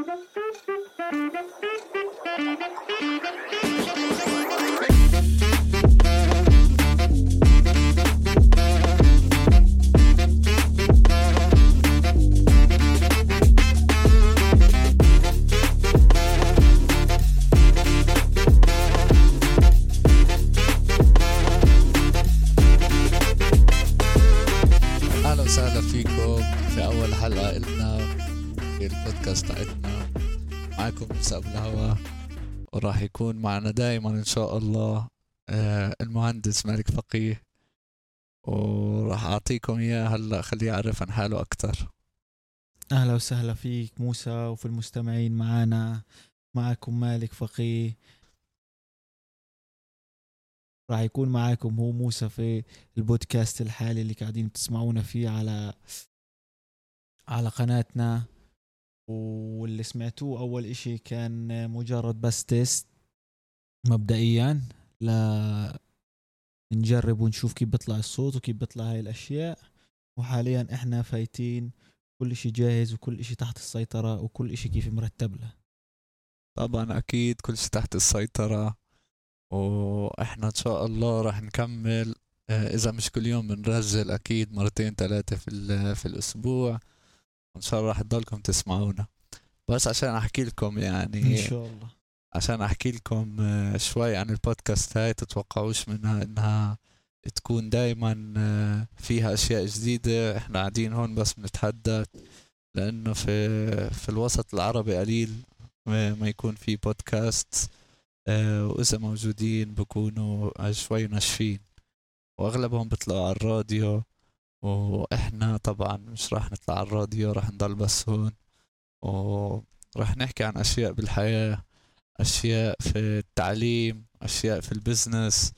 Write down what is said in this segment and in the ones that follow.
أهلا وسهلا فيكم في أول حلقة إلنا في البودكاست تاعتنا. معكم موسى أبو الهوى، وراح يكون معنا دائما إن شاء الله المهندس مالك فقيه، وراح أعطيكم إياه هلأ خليه يعرف عن حاله أكتر. أهلا وسهلا فيك موسى وفي المستمعين معكم مالك فقيه. راح يكون معاكم هو موسى في البودكاست الحالي اللي قاعدين تسمعونا فيه على قناتنا. واللي سمعتوه أول إشي كان مجرد بس تيست مبدئيا نجرب ونشوف كيف بيطلع الصوت وكيف بيطلع هاي الأشياء. وحاليا إحنا فايتين، كل إشي جاهز وكل إشي تحت السيطرة وكل إشي كيف مرتب له. طبعا أكيد كل شيء تحت السيطرة، وإحنا إن شاء الله راح نكمل. إذا مش كل يوم بنرجل أكيد مرتين ثلاثة في الأسبوع، وإن شاء الله راح تضلكم تسمعونا. بس عشان أحكي لكم إن شاء الله، عشان أحكي لكم شوي عن البودكاست هاي، تتوقعوش منها إنها تكون دايما فيها أشياء جديدة. إحنا قاعدين هون بس بنتحدث، لأنه في الوسط العربي قليل ما يكون في بودكاست، وإذا موجودين بكونوا شوي ناشفين، وأغلبهم بيطلعوا على الراديو. وإحنا طبعا مش راح نطلع على الراديو، راح نضل بس هون، وراح نحكي عن أشياء بالحياة، أشياء في التعليم، أشياء في البزنس.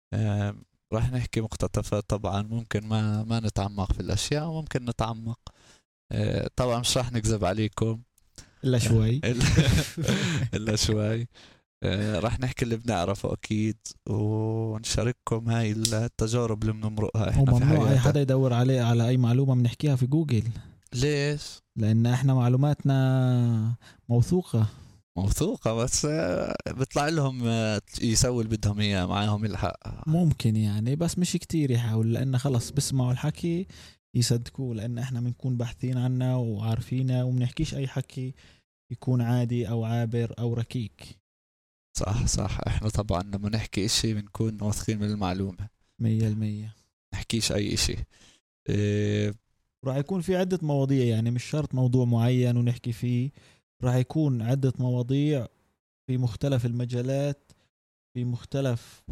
راح نحكي مقتطفات. طبعا ممكن ما نتعمق في الأشياء، وممكن نتعمق. طبعا مش راح نكذب عليكم إلا شوي إلا شوي. راح نحكي اللي بنعرفه أكيد، ونشارككم هاي التجارب اللي بنمرقها إحنا في حياتنا. وممنوع أي حدا يدور على أي معلومة بنحكيها في جوجل. ليش؟ لأن إحنا معلوماتنا موثوقة، بس بيطلع لهم يسوي اللي بدهم إياه، معاهم الحق. ممكن يعني، بس مش كتير يحاول، لأن خلص بسمعوا الحكي يصدقوه، لأن إحنا بنكون باحثين عنه وعارفينه، ومنحكيش أي حكي يكون عادي أو عابر أو ركيك. صح. إحنا طبعا لما نحكي إشي بنكون واثقين من المعلومة 100%. نحكيش أي إشي. راح يكون في عدة مواضيع، يعني مش شرط موضوع معين ونحكي فيه، راح يكون عدة مواضيع في مختلف المجالات، في مختلف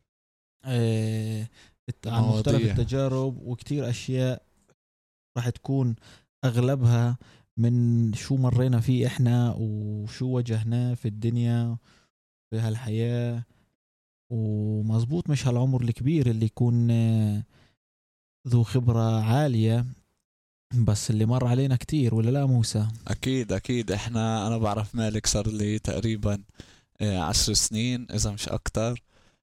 عن مختلف التجارب، وكتير أشياء راح تكون أغلبها من شو مرينا فيه إحنا وشو واجهناه في الدنيا في هالحياة. ومزبوط مش هالعمر الكبير اللي يكون ذو خبرة عالية، بس اللي مر علينا كتير، ولا لا موسى؟ أكيد. أنا بعرف مالك صار لي تقريبا 10 سنين إذا مش أكتر.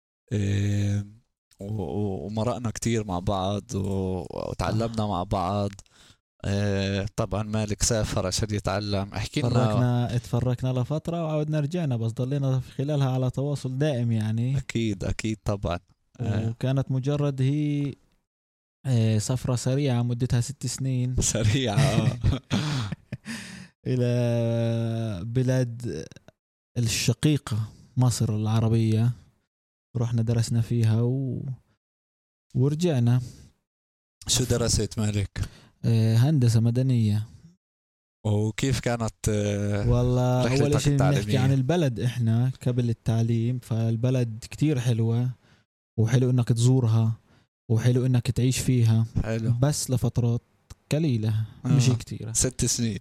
ومرقنا كتير مع بعض وتعلمنا مع بعض. طبعا مالك سافر عشان يتعلم. احكي لنا. اتفرقنا لفترة وعودنا رجعنا، بس ضلينا في خلالها على تواصل دائم يعني. أكيد طبعا. وكانت مجرد هي سفرة سريعة مدتها 6 سنين سريعة إلى بلاد الشقيقة مصر العربية. رحنا درسنا فيها ورجعنا. شو درست مالك؟ هندسة مدنية. وكيف كانت والله أول شيء نحكي عن البلد. إحنا قبل التعليم، فالبلد كتير حلوة، وحلو إنك تزورها، وحلو إنك تعيش فيها. حلو. بس لفترات قليلة مش كتيرة. 6 سنين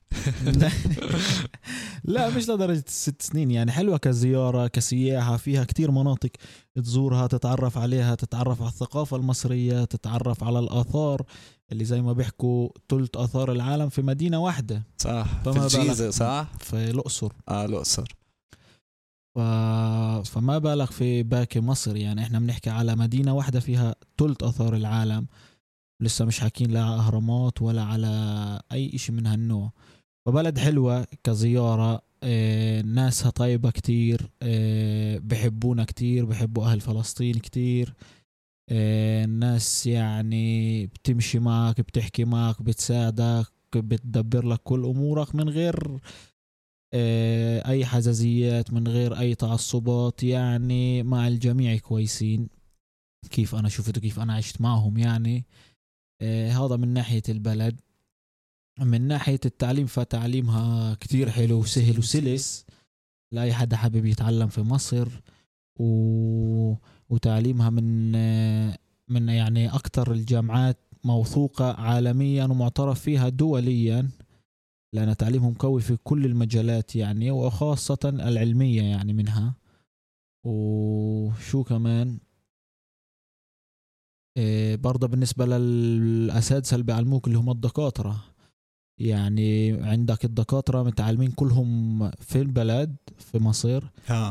لا مش لدرجة 6 سنين، يعني حلوة كزيارة كسياحة، فيها كتير مناطق تزورها، تتعرف عليها، تتعرف على الثقافة المصرية، تتعرف على الآثار اللي زي ما بيحكوا 3 آثار العالم في مدينة واحدة. صح، في الجيزة صح؟ في الأقصر. الأقصر. فما بالغ في باقي مصر، يعني احنا بنحكي على مدينة واحدة فيها 3 آثار العالم، لسه مش حاكين لا على أهرامات ولا على أي إشي من هالنوع. فبلد حلوة كزيارة. ناسها طيبة كتير، بحبونا كتير، بحبوا أهل فلسطين كتير. الناس يعني بتمشي معك، بتحكي معك، بتساعدك، بتدبر لك كل أمورك من غير أي حزازيات، من غير أي تعصبات. يعني مع الجميع كويسين، كيف أنا شفت وكيف أنا عشت معهم يعني. هذا من ناحية البلد. من ناحية التعليم فتعليمها كتير حلو وسهل وسلس لأي حدا حابب يتعلم في مصر. وتعليمها من يعني أكتر الجامعات موثوقة عالميا ومعترف فيها دوليا، لأن تعليمهم قوي في كل المجالات يعني، وخاصة العلمية يعني منها. وشو كمان، برضه بالنسبة للأساتذة اللي بيعلموك اللي هم الدكاترة، يعني عندك الدكاترة متعلمين كلهم في البلد في مصر،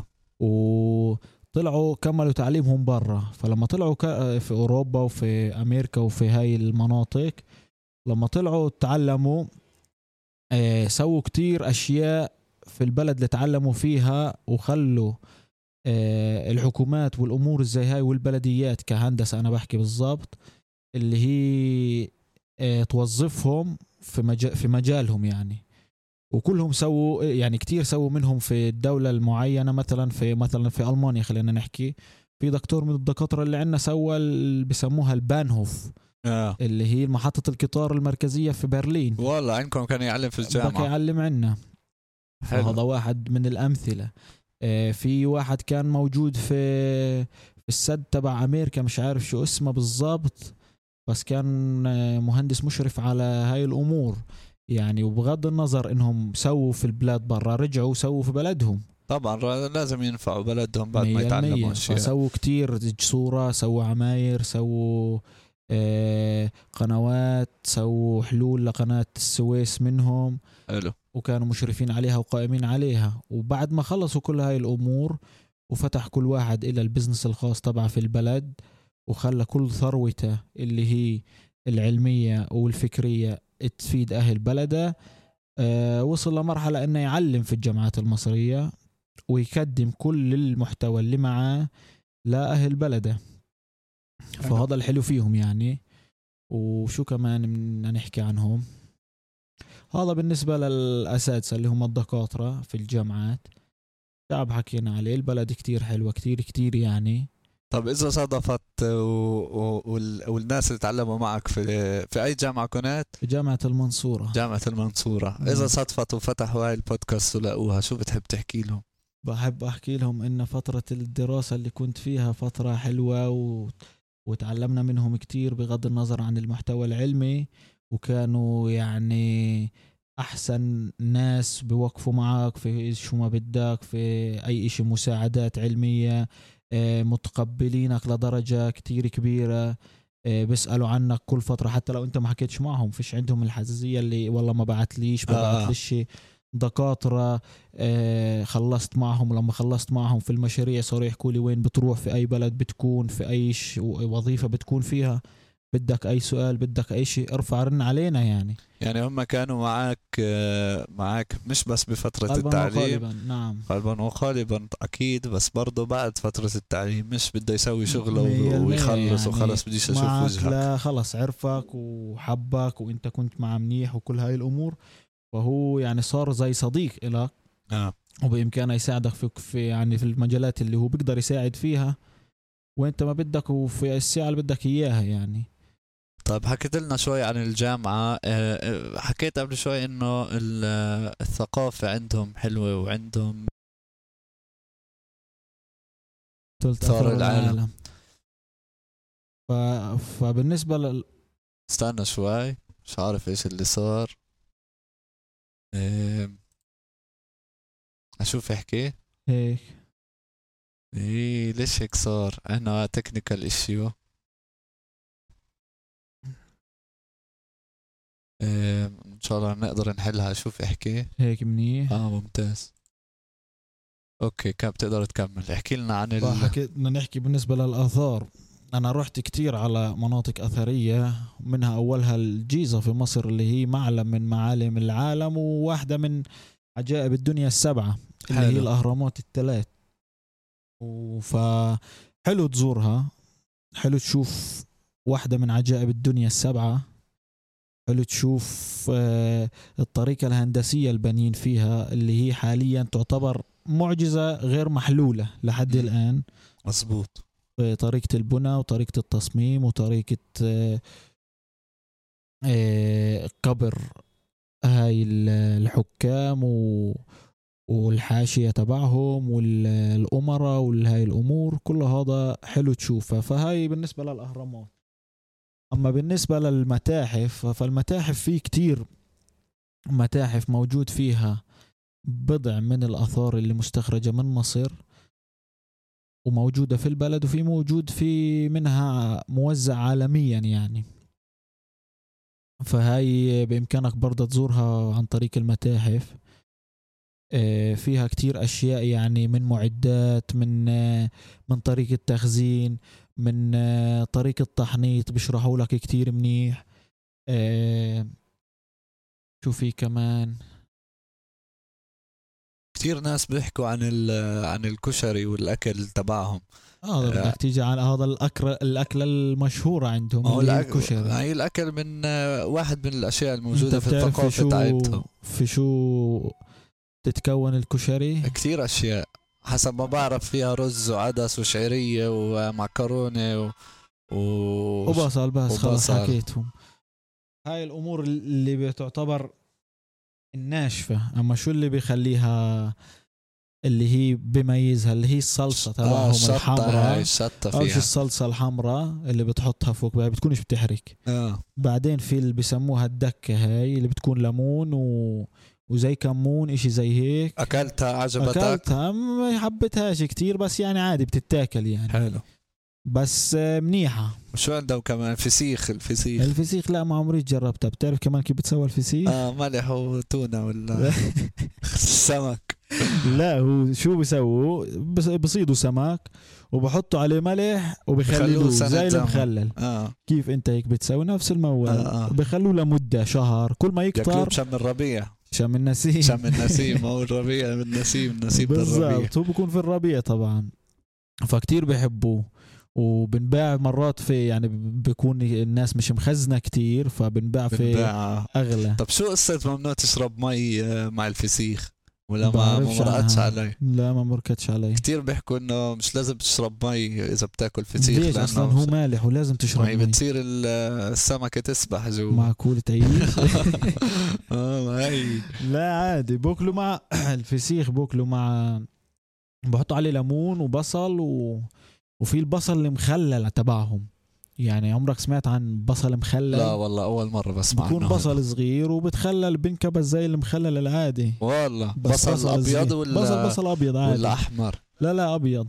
وطلعوا كملوا تعليمهم برا. فلما طلعوا في أوروبا وفي أمريكا وفي هاي المناطق، لما طلعوا تعلموا سووا كتير أشياء في البلد اللي تعلموا فيها، وخلوا الحكومات والأمور زي هاي والبلديات كهندسة أنا بحكي بالضبط، اللي هي توظفهم في مجالهم يعني. وكلهم سووا يعني كتير سووا منهم في الدولة المعينة. مثلا في ألمانيا خلينا نحكي، في دكتور من الدكاترة اللي عندنا سوى بسموها البانهوف، اللي هي محطة القطار المركزية في برلين. والله عندكم كان يعلم في الجامعة، كان يعلم عنا. فهذا واحد من الأمثلة. في واحد كان موجود في السد تبع أمريكا، مش عارف شو اسمه بالضبط، بس كان مهندس مشرف على هاي الأمور يعني. وبغض النظر إنهم سووا في البلاد برا، رجعوا سووا في بلدهم. طبعا لازم ينفعوا بلدهم بعد ما يتعلموا أشياء. سووا كتير صورة، سووا عماير، سووا قنوات، سووا حلول لقناة السويس منهم. حلو. وكانوا مشرفين عليها وقائمين عليها. وبعد ما خلصوا كل هاي الأمور وفتح كل واحد إلى البزنس الخاص تبعه في البلد، وخلى كل ثروته اللي هي العلمية والفكرية تفيد أهل بلده، وصل لمرحلة أنه يعلم في الجامعات المصرية ويقدم كل المحتوى اللي معاه لأهل بلده. فهذا الحلو فيهم يعني. وشو كمان بدنا نحكي عنهم؟ هذا بالنسبة للأساتذة اللي هم الدكاترة في الجامعات. شعب حكينا عليه، البلد كتير حلوة كتير كتير يعني. طب إذا صادفت والناس اللي تعلموا معك في أي جامعة كنت؟ في جامعة المنصورة. جامعة المنصورة. إذا صادفت وفتحوا هاي البودكاست ولقوها، شو بتحب تحكي لهم؟ بحب أحكي لهم إن فترة الدراسة اللي كنت فيها فترة حلوة وتعلمنا منهم كتير بغض النظر عن المحتوى العلمي. وكانوا يعني أحسن ناس بيوقفوا معك في شو ما بدك، في أي إشي، مساعدات علمية، متقبلينك لدرجة كتير كبيرة. بيسألوا عنك كل فترة حتى لو أنت ما حكيتش معهم. فيش عندهم الحزازية اللي والله ما بعتليش شيء. دكاترة خلصت معهم، لما خلصت معهم في المشاريع صاروا يحكوا لي وين بتروح، في أي بلد بتكون، في أي وظيفة بتكون فيها، بدك أي سؤال، بدك أي شيء، ارفع رن علينا يعني. هم كانوا معك مش بس بفترة التعليم وقالباً. نعم، قلبا وقالبا أكيد، بس برضو بعد فترة التعليم مش بده يسوي شغله ويخلص يعني وخلص بديش أشوف وجهك. لا خلص عرفك وحبك وإنت كنت مع منيح وكل هاي الأمور، فهو يعني صار زي صديق إلك. وبإمكانه يساعدك في يعني في المجالات اللي هو بيقدر يساعد فيها وإنت ما بدك، وفي الساعة اللي بدك إياها يعني. طيب حكيت لنا شوي عن الجامعة. حكيت قبل شوي إنه الثقافة عندهم حلوة وعندهم ثار العالم. فبالنسبة استنى شوي، مش عارف إيش اللي صار. أشوف احكي هيك. ليش هيك صار؟ أنا تكنيكال إشيو. إن شاء الله نقدر نحلها. أشوف احكي هيك منيح. ممتاز. أوكي، كيف بتقدر تكمل؟ احكي لنا عن حكينا نحكي بالنسبة للآثار. أنا رحت كتير على مناطق أثرية، منها أولها الجيزة في مصر اللي هي معلم من معالم العالم وواحدة من عجائب الدنيا السبعة اللي حلو. هي الأهرامات الثلاث. فحلو تزورها، حلو تشوف واحدة من عجائب الدنيا السبعة، حلو تشوف الطريقة الهندسية البنين فيها اللي هي حاليا تعتبر معجزة غير محلولة لحد الآن. مظبوط. طريقة البناء وطريقة التصميم وطريقة قبر هاي الحكام والحاشية تبعهم والأمراء والهاي الأمور كل هذا حلو تشوفها. فهاي بالنسبة للأهرامات. أما بالنسبة للمتاحف فالمتاحف فيه كتير متاحف موجود فيها بضع من الآثار اللي مستخرجة من مصر وموجودة في البلد، وفي موجود في منها موزع عالميا يعني. فهاي بإمكانك برضه تزورها عن طريق المتاحف. فيها كتير أشياء يعني من معدات، من طريقة تخزين، من طريقة تحنيط بيشرحوا لك كتير منيح. شو في كمان كتير ناس بيحكوا عن الكشري والأكل تبعهم. بدك تيجي على هذا الأكلة المشهورة عندهم اللي هي الكشري. هي الأكل من واحد من الأشياء الموجودة في الثقافة تاعتهم. في شو تتكون الكشري؟ كتير أشياء حسب ما بعرف، فيها رز وعدس وشعرية ومعكرونة وبصل. بس خلاص حكيتهم. هاي الأمور اللي بتعتبر الناشفة. أما شو اللي بيخليها اللي هي بميزها اللي هي الصلصة تبعهم الحمراء. أو الصلصة الحمراء اللي بتحطها فوق بتكونش بتحرق. بعدين في اللي بيسموها الدكة، هاي اللي بتكون ليمون وزي كمون اشي زي هيك. أكلتها عجبتك؟ أكلتها ما حبيتهاش كتير بس يعني عادي بتتاكل يعني. حلو بس منيحة. وشو عندهم كمان؟ الفسيخ لا ما عمري جربتها. بتعرف كمان كيف بتسوى الفسيخ؟ ملح وتونة ولا سمك؟ لا هو شو بيسووا، بصيدوا سمك وبحطوا عليه ملح وبخلوه زي المخلل. كيف انت هيك بتسوي نفس الموال. بخلوه لمدة شهر، كل ما يكتر. شم الربيع، شم النسيم هو الربيع من النسيم بالضبط. هو بيكون في الربيع طبعا. فكتير بيحبوه وبنباع مرات في يعني بيكون الناس مش مخزنة كتير فبنباع في أغلى. طب شو قصة ممنوع تشرب مي مع الفسيخ ولا ما مرقتش علي؟ لا ما مركتش علي. كتير بيحكوا انه مش لازم تشرب مي اذا بتاكل فسيخ. ليش؟ اصلا هو مالح ولازم تشرب مي. بتصير السمكة تسبح جوا. معقول تعيش؟ هاي لا عادي بوكلوا مع الفسيخ، بوكلوا مع بحطوا عليه ليمون وبصل وفي البصل المخلل تبعهم. يعني عمرك سمعت عن بصل مخلل؟ لا والله أول مرة بسمع عنه. بيكون بصل صغير وبتخلل بنكبس زي المخلل العادي. والله بصل أبيض ولا بصل أبيض عادي ولا أحمر؟ لا أبيض.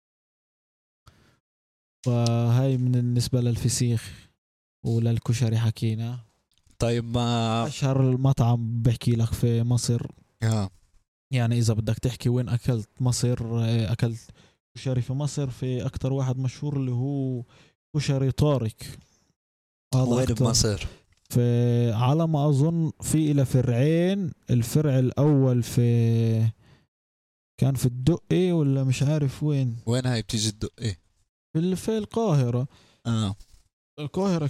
فهاي من بالنسبة للفسيخ وللكشري حكينا. طيب ما أشهر المطعم بحكي لك في مصر يعني إذا بدك تحكي وين أكلت مصر، أكلت كشري في مصر في أكتر واحد مشهور اللي هو كشري طارق. وين بمصر؟ في على ما أظن في إلى فرعين. الفرع الأول كان في الدقي ولا مش عارف وين هاي بتيجي الدقي؟ في القاهرة. القاهرة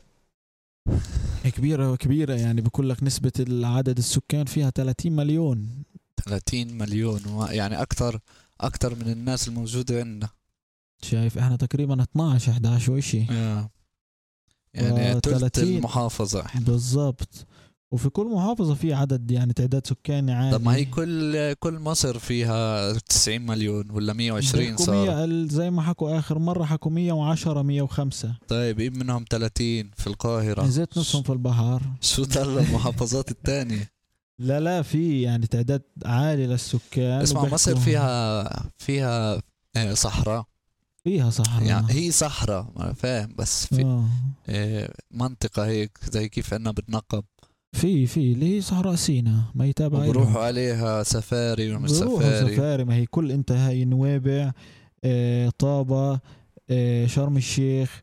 كبيرة يعني بقول لك نسبة العدد السكان فيها 30 مليون. 30 مليون يعني أكتر من الناس الموجودة عندنا. شايف احنا تقريبا 12-11 وإشي. يعني ثلث المحافظة بالضبط. وفي كل محافظة في عدد يعني تعداد سكاني عالي. طب ما هي كل مصر فيها 90 مليون ولا 120 صار؟ زي ما حكوا آخر مرة حكوا 110 105. طيب إيه منهم 30 في القاهرة؟ نزلت نصهم في البحر. شو ضل المحافظات الثانية؟ لا في يعني تعداد عالي للسكان. اسمع مصر فيها صحراء. فيها صحراء يعني هي صحراء ما فاهم بس في منطقة هيك زي كيف عنا بالنقب في اللي هي صحراء سيناء ما يتابع. بروحوا عليها سفاري ومش سفاري. ما هي كل انت هاي نوابع طابة شرم الشيخ،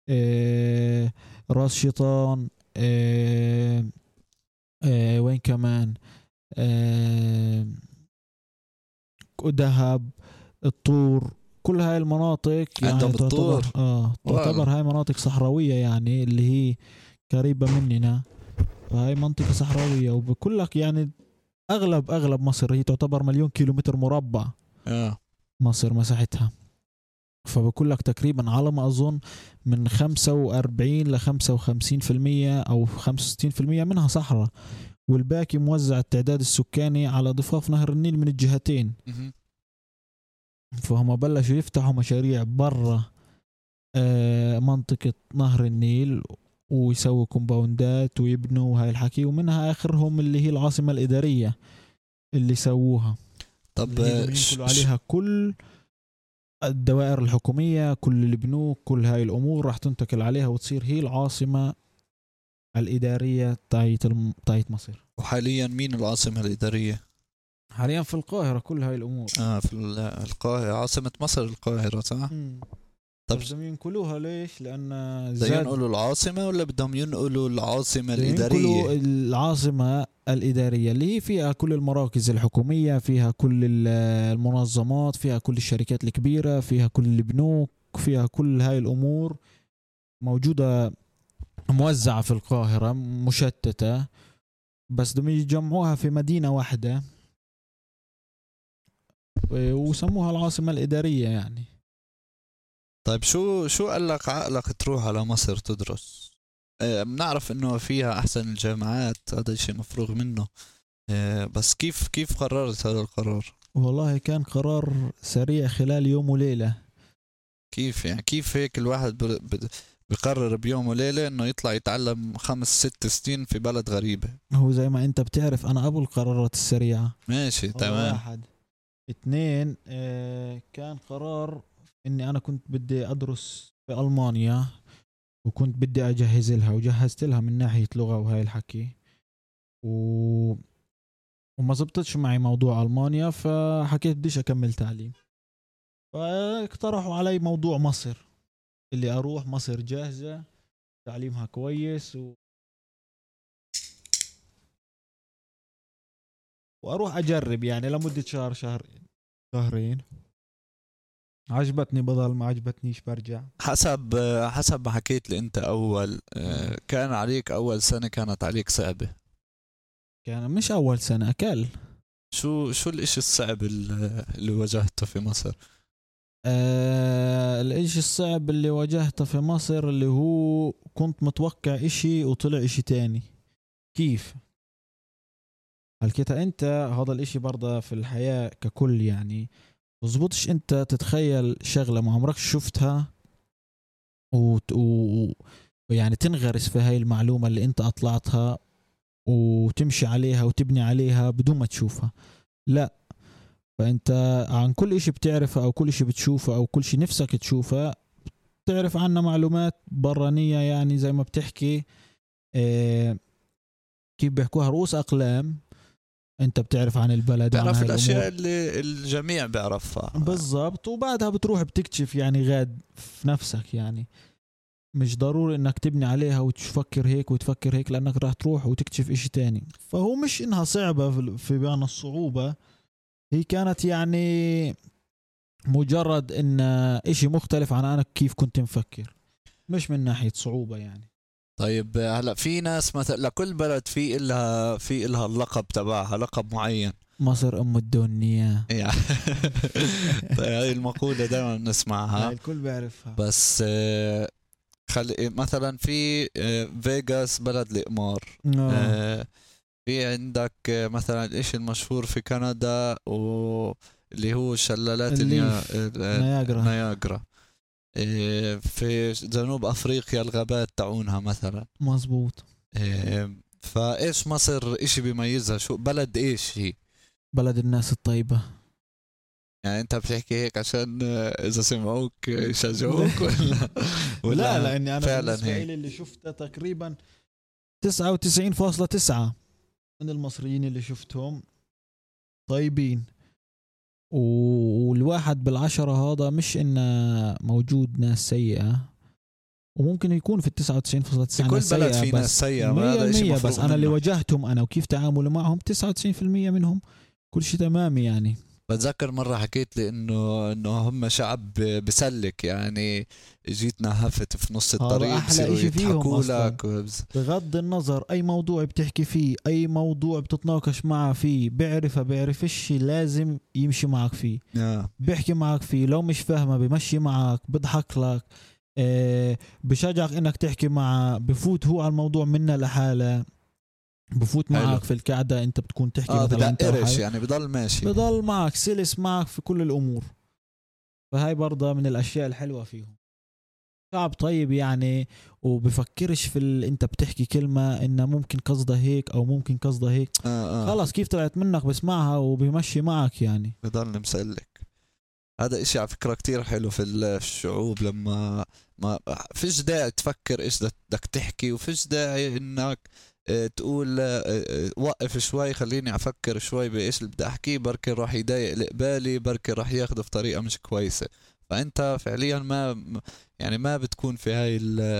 راس شيطان، وين كمان، دهب، الطور، كل هاي المناطق يعني تعتبر هاي مناطق صحراوية يعني اللي هي قريبة مننا، فهاي منطقة صحراوية. وبقول لك يعني أغلب مصر هي تعتبر 1,000,000 كيلومتر مربع مصر مساحتها، فبقول لك تقريبا على ما أظن من 45 ل 55% أو 65% منها صحراء، والباقي موزع التعداد السكاني على ضفاف نهر النيل من الجهتين. فهم بلشوا يفتحوا مشاريع برا منطقة نهر النيل ويسووا كومباوندات ويبنوا هاي الحكي، ومنها آخرهم اللي هي العاصمة الإدارية اللي سووها. طب ينقلوا عليها كل الدوائر الحكومية، كل البنوك، كل هاي الأمور راح تنتقل عليها وتصير هي العاصمة الإدارية تاعت مصر. وحاليا مين العاصمة الإدارية؟ حاليا في القاهرة كل هاي الأمور. في القاهرة، عاصمة مصر القاهرة صح؟ طب بدهم ينقلوها ليش؟ لأن بدهم ينقلوا العاصمة ولا بدهم ينقلوا العاصمة الإدارية؟ ينقلوا العاصمة الإدارية اللي هي فيها كل المراكز الحكومية، فيها كل المنظمات، فيها كل الشركات الكبيرة، فيها كل البنوك، فيها كل هاي الأمور موجودة موزعة في القاهرة مشتتة، بس بدهم يجمعوها في مدينة واحدة وسموها العاصمة الإدارية يعني. طيب شو قال لك عقلك تروح على مصر تدرس؟ بنعرف انه فيها احسن الجامعات، هذا الشيء مفروغ منه، بس كيف قررت هذا القرار؟ والله كان قرار سريع خلال يوم وليلة. كيف يعني كيف هيك الواحد بقرر بيوم وليلة انه يطلع يتعلم 5-6 سنين في بلد غريبة؟ هو زي ما انت بتعرف انا ابو القرارات السريعة. ماشي تمام. 1 2 كان قرار اني انا كنت بدي ادرس في المانيا، وكنت بدي اجهز لها وجهزت لها من ناحية لغة وهاي الحكي، وما زبطتش معي موضوع المانيا، فحكيت بديش اكمل تعليم، فاقترحوا علي موضوع مصر، اللي اروح مصر جاهزة تعليمها كويس واروح اجرب يعني لمدة شهرين. عجبتني بضل، ما عجبتنيش برجع. حسب ما حكيت لي انت اول كان عليك اول سنة كانت عليك صعبة. كان مش اول سنة اكل. شو الاشي الصعب اللي واجهته في مصر؟ الاشي الصعب اللي واجهته في مصر اللي هو كنت متوقع اشي وطلع اشي تاني. كيف هالكتا انت هذا الاشي برضه في الحياة ككل يعني مزبوطش انت تتخيل شغلة ما عمرك شفتها ويعني تنغرس في هاي المعلومة اللي انت اطلعتها وتمشي عليها وتبني عليها بدون ما تشوفها. لا، فانت عن كل اشي بتعرفه او كل اشي بتشوفه او كل شي نفسك تشوفه تعرف عنه معلومات برانية، يعني زي ما بتحكي كيف بيحكوها رؤوس اقلام. انت بتعرف عن البلد وعن هاي الاشياء اللي الجميع بيعرفها بالضبط، وبعدها بتروح بتكتشف يعني غاد في نفسك، يعني مش ضروري انك تبني عليها وتفكر هيك وتفكر هيك، لانك راح تروح وتكتشف اشي تاني. فهو مش انها صعبة في بيان الصعوبة، هي كانت يعني مجرد ان اشي مختلف عن انا كيف كنت مفكر، مش من ناحية صعوبة يعني. طيب هلا في ناس مثلا لكل بلد في إلها اللقب تبعها، لقب معين. مصر ام الدنيا طيب هاي المقولة دائما نسمعها، الكل بيعرفها. بس مثلا في فيغاس بلد الإقمار، في عندك مثلا الاشي المشهور في كندا واللي هو شلالات نياجرا. في جنوب افريقيا الغابات تاعونها مثلا. مزبوط. فايش مصر اشي بيميزها؟ شو بلد ايش هي؟ بلد الناس الطيبة. يعني انت بتحكي هيك عشان اذا سمعوك يشجعوك ولا لا لاني انا فعلا بالنسبة لي اللي شفته تقريبا 99.9 من المصريين اللي شفتهم طيبين، والواحد بالعشرة هذا مش إنه موجود ناس سيئة، وممكن يكون في 99.9 في كل ناس بلد سيئة، في ناس سيئة، 100%. بس أنا اللي واجهتهم أنا وكيف تعامل معهم 99% منهم كل شيء تمام يعني. بتذكر مرة حكيت لي إنه هم شعب بسلك، يعني جيتنا هفت في نص الطريق أحلى إشي فيهم أصلا. بغض النظر أي موضوع بتحكي فيه، أي موضوع بتتناقش معه فيه، بعرفش لازم يمشي معك فيه. بيحكي معك فيه، لو مش فاهمه بمشي معك، بضحك لك، بشجعك إنك تحكي معه، بفوت هو على الموضوع منه لحاله، بفوت معك حلو. في القعدة انت بتكون تحكي مثلا انت يعني بضل ماشي، بضل معك سلس معك في كل الامور. فهاي برضه من الاشياء الحلوة فيهم. شعب طيب يعني، وبفكرش في انت بتحكي كلمة انه ممكن قصده هيك او ممكن قصده هيك. خلاص كيف طلعت منك بسمعها وبيمشي معك يعني، بضل مسلك. هذا اشي على فكرة كتير حلو في الشعوب، لما ما فيش داعي تفكر ايش بدك تحكي، وفيش داعي انك تقول وقف شوي خليني افكر شوي بايش اللي بدي احكيه، بركي راح يضايق اللي قبالي، بركي راح ياخده بطريقة مش كويسة. فانت فعليا ما بتكون في هاي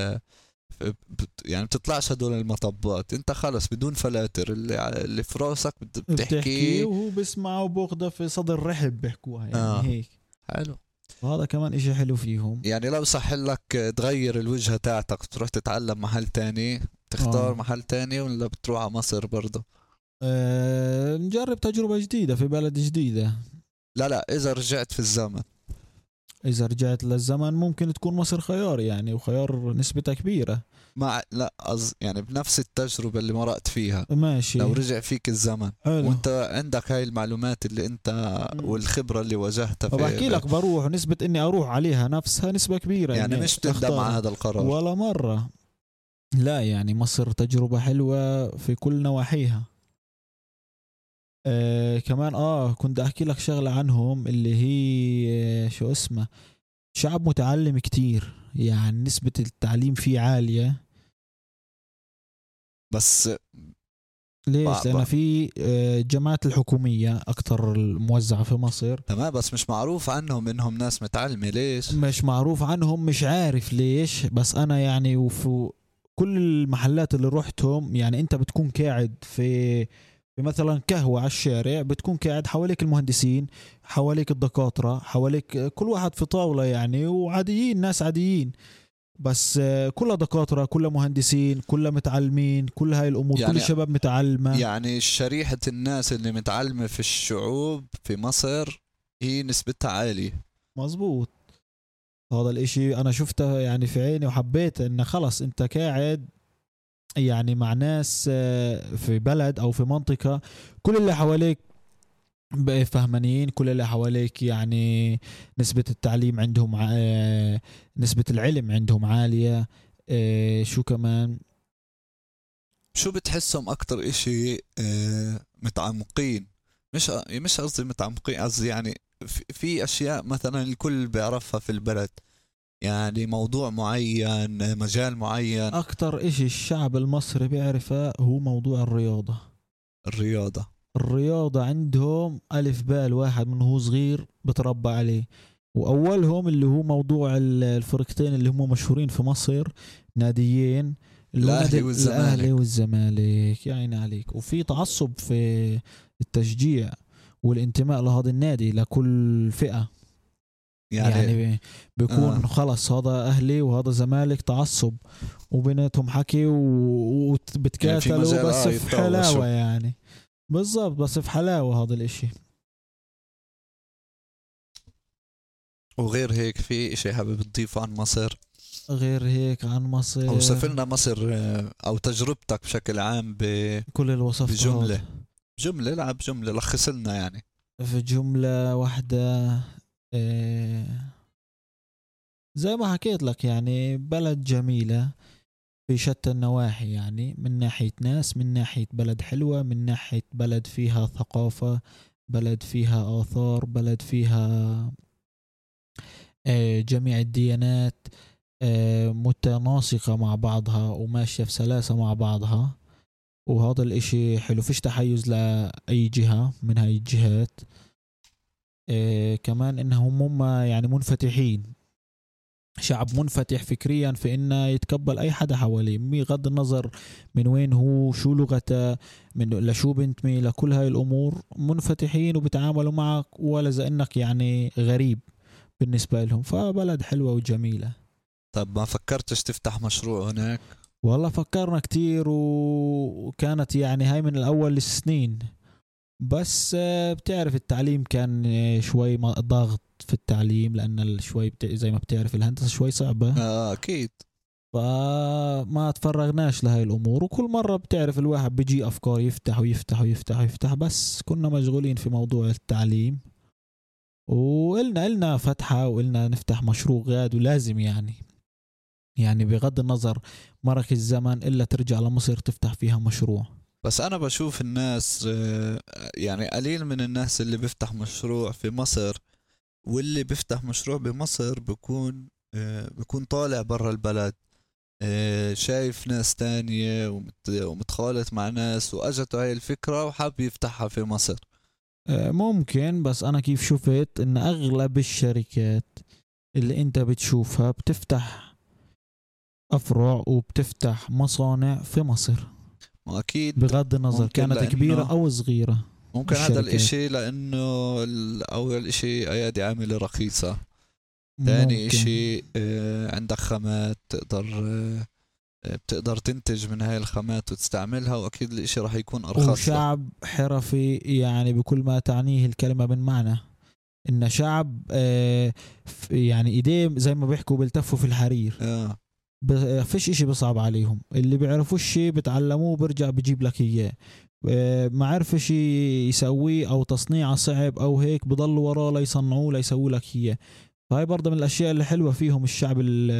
يعني بتطلعش هدول المطبات، انت خلص بدون فلاتر اللي في راسك بتحكي وهو بسمعه وباخده في صدر رحب بيحكوها يعني. هيك حلو. وهذا كمان اشي حلو فيهم. يعني لو صح لك تغير الوجهة تاعتك تروح تتعلم محل تاني، تختار محل تاني ولا بتروح على مصر برضه؟ نجرب تجربة جديدة في بلد جديدة. لا إذا رجعت في الزمن، إذا رجعت للزمن ممكن تكون مصر خيار يعني، وخيار نسبتها كبيرة. لا يعني بنفس التجربة اللي مرقت فيها ماشي. لو رجع فيك الزمن حلو. وانت عندك هاي المعلومات اللي انت والخبرة اللي واجهتها بحكي لك بروح، ونسبة اني اروح عليها نفسها نسبة كبيرة يعني مش تندم على هذا القرار ولا مرة. لا يعني مصر تجربة حلوة في كل نواحيها. كمان كنت احكي لك شغلة عنهم اللي هي شو اسمه، شعب متعلم كتير يعني، نسبة التعليم فيه عالية. بس ليش؟ لأن في الجامعات الحكومية أكتر الموزعة في مصر. تمام، بس مش معروف عنهم إنهم ناس متعلمة. ليش مش معروف عنهم؟ مش عارف ليش. بس أنا يعني وفي كل المحلات اللي روحتهم يعني، أنت بتكون قاعد في مثلا قهوة على الشارع، بتكون قاعد حواليك المهندسين، حواليك الدكاترة، حواليك كل واحد في طاولة يعني، وعاديين، ناس عاديين، بس كلها دكاترة، كلها مهندسين، كلها متعلمين، كل هاي الأمور يعني، كل الشباب متعلمة. يعني شريحة الناس اللي متعلمة في الشعوب في مصر هي نسبتها عالية. مظبوط. هذا الاشي أنا شفته يعني في عيني، وحبيت إنه خلص أنت قاعد يعني مع ناس في بلد أو في منطقة كل اللي حواليك فهمانين، كل اللي حواليك يعني نسبة التعليم عندهم نسبة العلم عندهم عالية. شو كمان، شو بتحسهم أكتر إشي متعمقين؟ مش قصدي متعمقين، قصدي يعني في أشياء مثلا الكل بيعرفها في البلد، يعني موضوع معين، مجال معين. أكتر إشي الشعب المصري بيعرفه هو موضوع الرياضة عندهم ألف بال واحد من هو صغير بتربى عليه. وأولهم اللي هو موضوع الفرقتين اللي هم مشهورين في مصر، ناديين، الأهلي والزمالك. يا عيني عليك. وفي تعصب في التشجيع والانتماء لهذا النادي لكل فئة يعني بيكون خلص هذا أهلي وهذا زمالك، تعصب وبيناتهم حكي وبتكاتلوا يعني بس في حلاوة يعني. بالضبط، بس في حلاوة هذا الاشي. وغير هيك في اشي حابب تضيفه عن مصر؟ غير هيك عن مصر، او سافرنا مصر او تجربتك بشكل عام كل الوصف بجملة لا بجملة لخص لنا يعني. في جملة واحدة زي ما حكيت لك يعني، بلد جميلة في شتى النواحي يعني، من ناحية ناس، من ناحية بلد حلوة، من ناحية بلد فيها ثقافة، بلد فيها آثار، بلد فيها جميع الديانات متناسقة مع بعضها وماشية في سلاسة مع بعضها. وهذا الاشي حلو، فيش تحيز لأي جهة من هاي الجهات. كمان انهم هم يعني منفتحين، شعب منفتح فكريا في انه يتقبل اي حدا حواليه بغض النظر من وين هو، شو لغته، من لشو بنتمي، لكل هاي الامور منفتحين وبتعاملوا معك ولا زي انك يعني غريب بالنسبة لهم. فبلد حلوة وجميلة. طب ما فكرتش تفتح مشروع هناك؟ والله فكرنا كتير وكانت يعني هاي من الأول السنين، بس بتعرف التعليم كان شوي ضاغط في التعليم، لأن شوي زي ما بتعرف الهندسة شوي صعبة. أكيد. فما تفرغناش لهاي الأمور، وكل مرة بتعرف الواحد بيجي أفكار يفتح ويفتح ويفتح ويفتح، بس كنا مشغولين في موضوع التعليم. وقلنا فتحة وقلنا نفتح مشروع غاد ولازم يعني بغض النظر مرق الزمن إلا ترجع لمصر تفتح فيها مشروع. بس أنا بشوف الناس يعني قليل من الناس اللي بيفتح مشروع في مصر، واللي بيفتح مشروع بمصر بيكون طالع برا البلد، شايف ناس تانية ومتخالط مع ناس وأجته هاي الفكرة وحاب يفتحها في مصر. ممكن، بس أنا كيف شفت إن أغلب الشركات اللي أنت بتشوفها بتفتح أفرع وبتفتح مصانع في مصر، وأكيد بغض النظر كانت كبيرة أو صغيرة. ممكن هذا الاشي لأنه أول اشي أيادي عاملة رخيصة، ثاني اشي عندك خامات بتقدر تنتج من هاي الخامات وتستعملها، وأكيد الاشي راح يكون أرخص. وشعب حرفي يعني بكل ما تعنيه الكلمة من معنى، إن شعب يعني إيديه زي ما بيحكوا بيلتفوا في الحرير. فيش اشي بصعب عليهم، اللي بيعرفوا الشي بتعلموه برجع بجيب لك اياه، ما عرف شي يسويه او تصنيعه صعب او هيك بضل وراه ليصنعوه ليسووا لك اياه. فهاي برضه من الاشياء اللي حلوة فيهم الشعب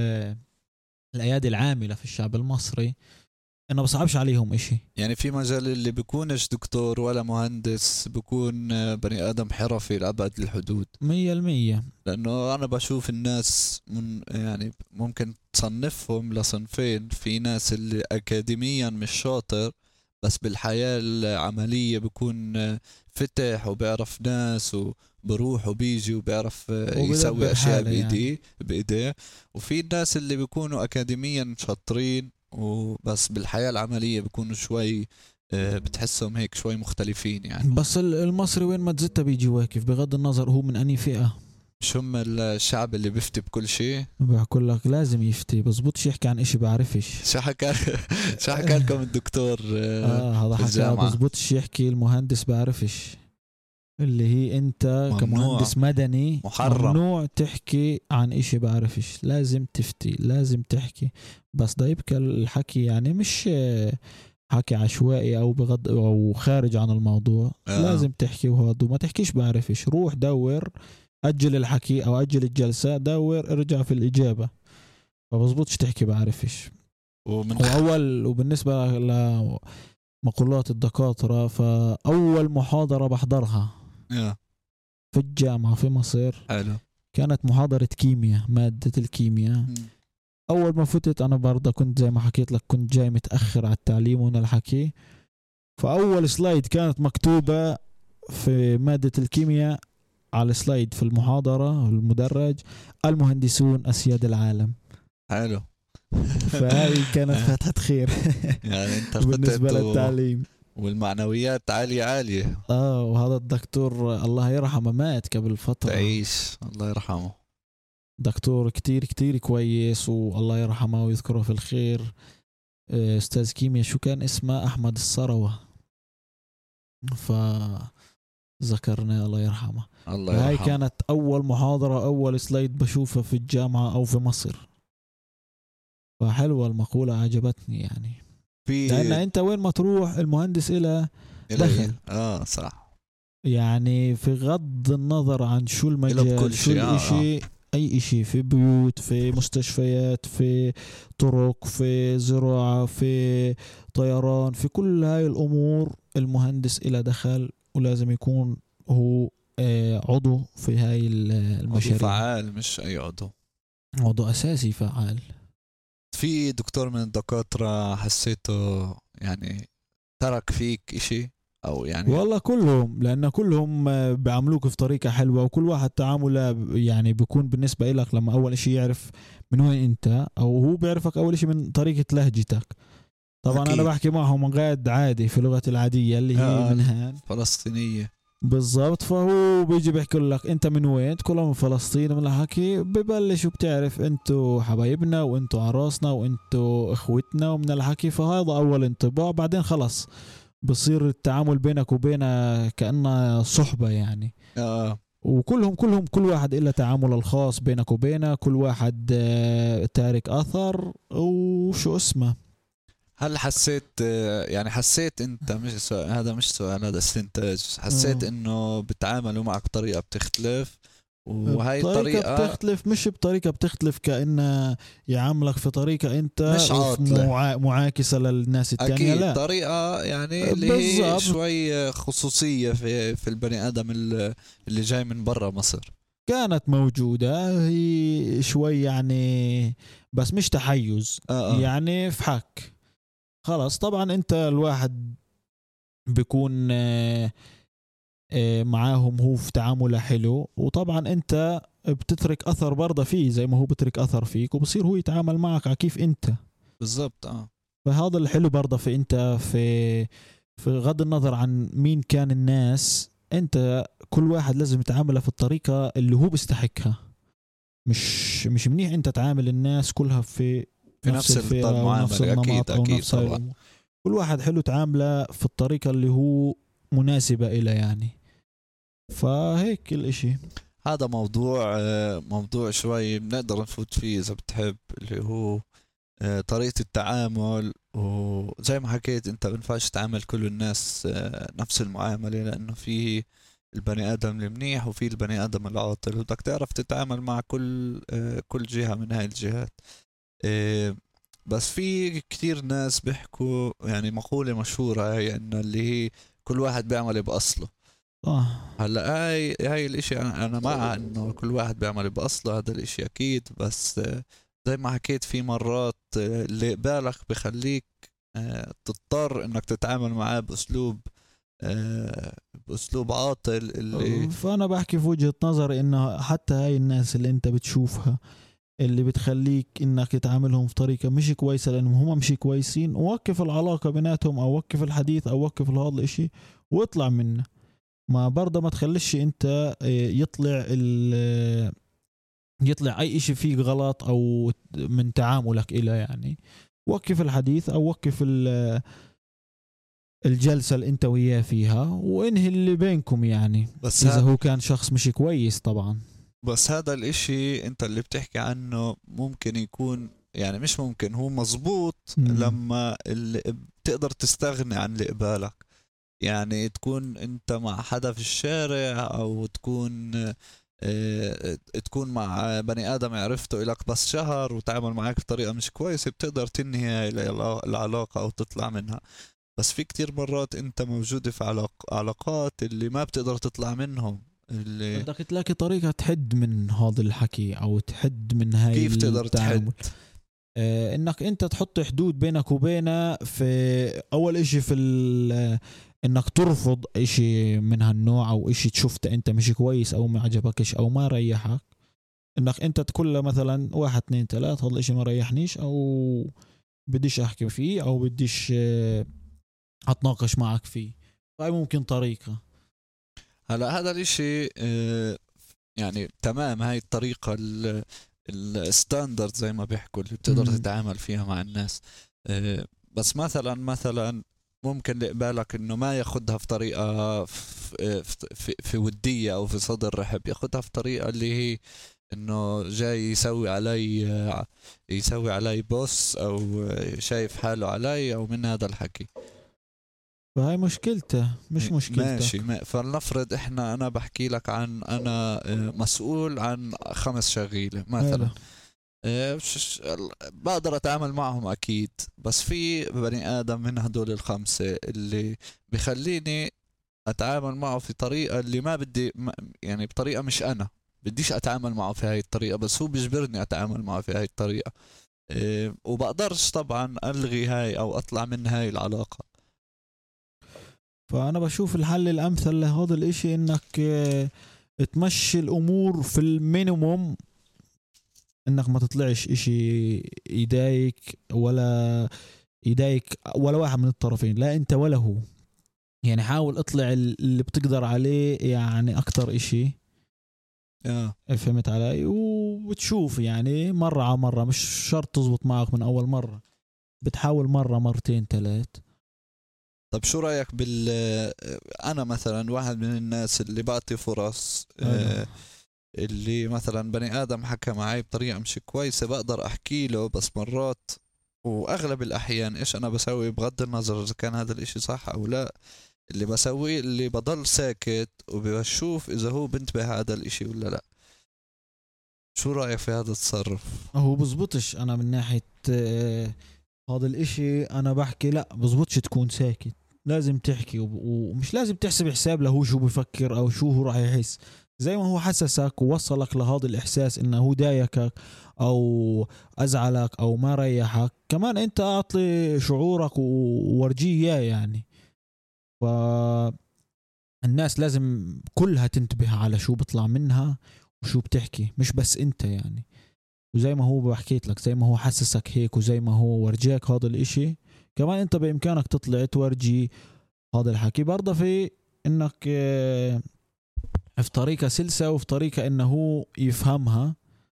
الايادي العاملة في الشعب المصري، انه بصعبش عليهم اشي. يعني في مجال اللي بيكونش دكتور ولا مهندس، بيكون بني ادم حرفي لأبعد الحدود 100%. لانه انا بشوف الناس يعني ممكن تصنفهم لصنفين، في ناس اللي اكاديميا مش شاطر بس بالحياة العملية بيكون فتح وبيعرف ناس وبروح وبيجي وبيعرف يسوي اشياء بايديه. وفي الناس اللي بيكونوا اكاديميا شاطرين وبس بالحياة العملية بيكونوا شوي بتحسهم هيك شوي مختلفين يعني. بس المصري وين ما تزت بيجي واقف بغض النظر هو من أي فئة. مش هم الشعب اللي بيفتي بكل شيء؟ بقول لك لازم يفتي، بزبطش يحكي عن اشي بعرفش. شو حكى لكم الدكتور هذا حكى بزبطش يحكي المهندس بعرفش، اللي هي انت كمهندس مدني محرم ممنوع تحكي عن اشي بعرفش، لازم تفتي لازم تحكي. بس ده يبقى الحكي يعني مش حكي عشوائي او بغض او خارج عن الموضوع. لازم تحكي وهذا، وما تحكيش بعرفش، روح دور، اجل الحكي او اجل الجلسة، دور ارجع في الاجابة. فبزبطش تحكي بعرفش. واول وبالنسبة لمقولات الدكاترة، فاول محاضرة بحضرها في الجامعة في مصر حلو كانت محاضرة كيمياء، مادة الكيمياء. أول ما فتت أنا برضه كنت زي ما حكيت لك كنت جاي متأخر على التعليم وأنا الحكي، فأول سلايد كانت مكتوبة في مادة الكيمياء على سلايد في المحاضرة المدرج: المهندسون أسياد العالم. حلو. فهذه كانت فتحة خير يعني انت بالنسبة للتعليم، والمعنويات عالية. وهذا الدكتور الله يرحمه مات قبل فترة. تعيش الله يرحمه. دكتور كتير كتير كويس والله يرحمه ويذكره في الخير. استاذ كيمياء شو كان اسمه؟ احمد الصروة. فذكرنا الله يرحمه. هاي كانت اول محاضرة اول سلايد بشوفها في الجامعة او في مصر. فحلوة المقولة عجبتني يعني، لان انت وين ما تروح المهندس إله دخل. صح. يعني في غض النظر عن شو المجال شو الاشي اي اشي، في بيوت، في مستشفيات، في طرق، في زراعة، في طيران، في كل هاي الامور المهندس إلى دخل، ولازم يكون هو عضو في هاي المشاريع، عضو فعال مش اي عضو اساسي فعال. في دكتور من الدكاترة حسيته يعني ترك فيك اشي او يعني والله كلهم، لان كلهم بيعاملوك في طريقة حلوة، وكل واحد تعامله يعني بيكون بالنسبة لك لما اول اشي يعرف من وين انت، او هو بيعرفك اول اشي من طريقة لهجتك. طبعا انا اكيد بحكي معهم قاعد عادي في لغتي العادية اللي هي من هان الفلسطينية بالضبط. فهو بيجي بيحكي لك انت من وين، كلهم من فلسطين، من الحكي ببلش وبتعرف انتو حبايبنا وانتو عراسنا وانتو اخوتنا ومن الحكي. فهذا اول انطباع، بعدين خلص بصير التعامل بينك وبينه كأنه صحبة يعني. وكلهم كل واحد إلا تعامل الخاص بينك وبينه، كل واحد تارك أثر وشو اسمه. هل حسيت يعني حسيت انت مش سؤال، هذا مش سؤال، هذا استنتاج، حسيت انه بتعاملوا معك بطريقة بتختلف وهاي بطريقة الطريقة بتختلف، مش بطريقة بتختلف كأنه يعاملك في طريقة انت مش عاطلة معاكسة للناس التانية، اكيد، لا طريقة يعني اللي هي بالضبط. شوي خصوصية في البني ادم اللي جاي من برا مصر. كانت موجودة هي شوي يعني، بس مش تحيز اه يعني في حك. خلاص طبعا انت الواحد بيكون معاهم هو في تعامله حلو، وطبعا انت بتترك اثر برضه فيه زي ما هو بترك اثر فيك، وبصير هو يتعامل معك على كيف انت. بالضبط فهذا الحلو برضه في انت في غض النظر عن مين كان الناس، انت كل واحد لازم يتعامله في الطريقة اللي هو بيستحقها. مش منيح انت تعامل الناس كلها في نفس الفئة ونفس المعاملة، النمط اكيد او اكيد نفس هاي طبعا. الامور. كل واحد حلو تعامله في الطريقة اللي هو مناسبة إلى يعني. فهيك الاشي. هذا موضوع شوي بنقدر نفوت فيه إذا بتحب، اللي هو طريقة التعامل. وزي ما حكيت أنت بنفعش تعامل كل الناس نفس المعاملة، لأنه في البني آدم المنيح وفي البني آدم العاطل، وبدك تعرف تتعامل مع كل جهة من هاي الجهات. آه، بس في كتير ناس بيحكوا يعني مقولة مشهورة هي، إنه اللي هي كل واحد بيعمل بأصله. هلا هاي الاشي انا مع انه كل واحد بيعمل باصله، هذا الاشي اكيد. بس زي ما حكيت في مرات اللي قبالك بخليك تضطر انك تتعامل معاه باسلوب عاطل اللي فانا بحكي في وجهة نظري انه حتى هاي الناس اللي انت بتشوفها اللي بتخليك انك تتعاملهم في طريقة مش كويسة لانهم هم مش كويسين، وقف العلاقة بيناتهم او وقف الحديث او وقف هذا الاشي واطلع منه. ما برضه ما تخليش انت يطلع اي اشي فيك غلط او من تعاملك إلى يعني. وقف الحديث او وقف الجلسة اللي انت وياه فيها وانهي اللي بينكم يعني. بس اذا هو كان شخص مش كويس طبعا. بس هذا الاشي انت اللي بتحكي عنه ممكن يكون، يعني مش ممكن، هو مزبوط لما اللي بتقدر تستغني عن اللي قبالك. يعني تكون انت مع حدا في الشارع، او تكون مع بني ادم عرفته لك بس شهر وتعامل معك بطريقة مش كويسة، بتقدر تنهي هاي العلاقة او تطلع منها. بس في كتير مرات انت موجود في علاقات اللي ما بتقدر تطلع منهم. اللي بدك تلاقي طريقة تحد من هذا الحكي او تحد من هاي كيف تقدر التعامل. تحد؟ انك انت تحط حدود بينك وبينه. في اول اشي انك ترفض اشي من هالنوع او اشي شفته انت مش كويس او ما عجبكش او ما ريحك. انك انت تقول له مثلا 1 2 3 هذا الاشي ما ريحنيش، او بديش احكي فيه، او بديش اتناقش معك فيه. هاي ممكن طريقة. هلا هذا الاشي يعني تمام، هاي الطريقة الستاندرد زي ما بيحكوا اللي بتقدر تتعامل فيها مع الناس. بس مثلا ممكن اللي قبالك انه ما ياخدها في طريقة في ودية او في صدر رحب، ياخدها في طريقة اللي هي انه جاي يسوي علي بوس، او شايف حاله علي، او من هذا الحكي. فهاي مشكلته مش مشكلتك. ماشي، فلنفرض انا بحكي لك عن انا مسؤول عن 5 شغيلة مثلا. بقدر اتعامل معهم اكيد، بس في بني ادم من هدول ال5 اللي بخليني اتعامل معه في طريقة اللي ما بدي، يعني بطريقة مش انا بديش اتعامل معه في هاي الطريقة، بس هو بيجبرني اتعامل معه في هاي الطريقة. وبقدرش طبعا الغي هاي او اطلع من هاي العلاقة. فأنا بشوف الحل الأمثل لهذا الإشي إنك تمشي الأمور في المينيموم، إنك ما تطلعش إشي يضايق ولا واحد من الطرفين، لا أنت ولا هو. يعني حاول اطلع اللي بتقدر عليه يعني أكتر إشي. فهمت علي؟ وبتشوف يعني مرة على مرة، مش شرط تزبط معك من أول مرة، بتحاول مرة مرتين 3. طب شو رأيك أنا مثلا واحد من الناس اللي بعطي فرص. اللي مثلا بني آدم حكى معي بطريقة مش كويسة بقدر أحكي له، بس مرات وأغلب الأحيان إيش أنا بسوي بغض النظر إذا كان هذا الإشي صح أو لا، اللي بسويه اللي بضل ساكت وبشوف إذا هو بنتبه هذا الإشي ولا لا. شو رأيك في هذا التصرف؟ هو بزبطش. أنا من ناحية هذا الإشي أنا بحكي لا بزبطش تكون ساكت، لازم تحكي ومش لازم تحسب حساب له شو بفكر أو شو هو راح يحس. زي ما هو حسسك ووصلك لهذا الإحساس إنه هو دايكك أو أزعلك أو ما ريحك، كمان أنت أعطي شعورك وورجيه يعني. فالناس لازم كلها تنتبه على شو بطلع منها وشو بتحكي، مش بس أنت يعني. وزي ما هو بحكيت لك، زي ما هو حسسك هيك وزي ما هو ورجاك هذا الاشي، كمان انت بامكانك تطلع تورجي هذا الحكي برضه، في انك في طريقة سلسة وفي طريقة انه هو يفهمها.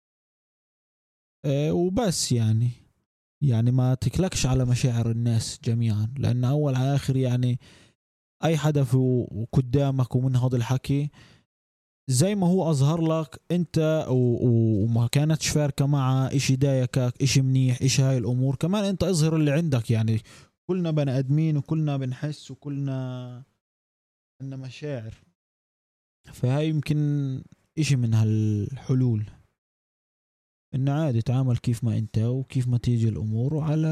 وبس يعني ما تكلكش على مشاعر الناس جميعا، لان اول على اخر يعني اي حدا في قدامك ومن هذا الحكي زي ما هو أظهر لك أنت وما كانتش فارقة معه إشي دايكك إشي منيح إشي هاي الأمور، كمان أنت أظهر اللي عندك. يعني كلنا بني أدمين وكلنا بنحس وكلنا عندنا مشاعر، فهاي يمكن إشي من هالحلول، إنه عادي تعامل كيف ما أنت وكيف ما تيجي الأمور. وعلى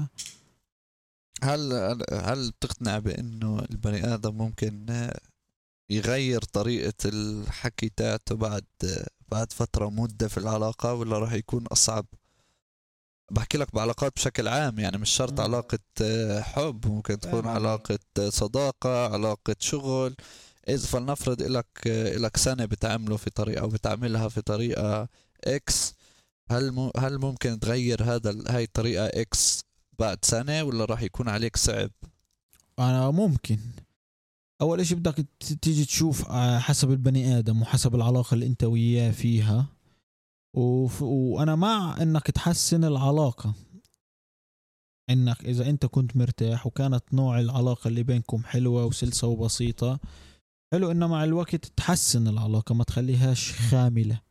هل بتقتنع بأنه البني آدم ممكن يغير طريقة الحكي تاعته بعد فترة مدة في العلاقة، ولا راح يكون أصعب؟ بحكي لك بعلاقات بشكل عام، يعني مش شرط علاقة حب، ممكن تكون علاقة صداقة، علاقة شغل. إذا فلنفرض إلك سنة بتعمله في طريقة وبتعملها في طريقة إكس، هل ممكن تغير هاي الطريقة إكس بعد سنة، ولا راح يكون عليك صعب؟ أنا ممكن أول إشي بدك تيجي تشوف حسب البني آدم وحسب العلاقة اللي أنت وياه فيها. وأنا مع إنك تحسن العلاقة، إنك إذا أنت كنت مرتاح وكانت نوع العلاقة اللي بينكم حلوة وسلسة وبسيطة، حلو إنه مع الوقت تحسن العلاقة، ما تخليهاش خاملة.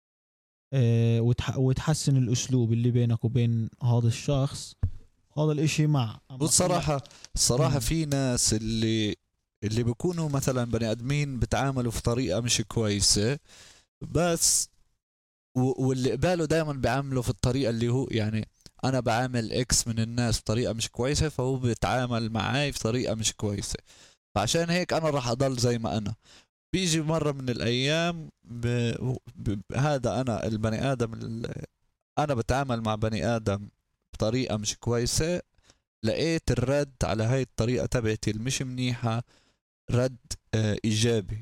وتحسن الأسلوب اللي بينك وبين هذا الشخص. هذا الإشي والصراحة في ناس اللي بيكونوا مثلا بني آدمين بتعاملوا في طريقة مش كويسة، بس واللي قباله دائما بيعاملوا في الطريقة اللي هو يعني أنا بعامل إكس من الناس بطريقة مش كويسة، فهو بيتعامل معاي في طريقة مش كويسة، فعشان هيك أنا راح أضل زي ما أنا. بيجي مرة من الأيام هذا أنا البني آدم أنا بتعامل مع بني آدم بطريقة مش كويسة، لقيت الرد على هاي الطريقة تبعتي المش منيحة رد إيجابي.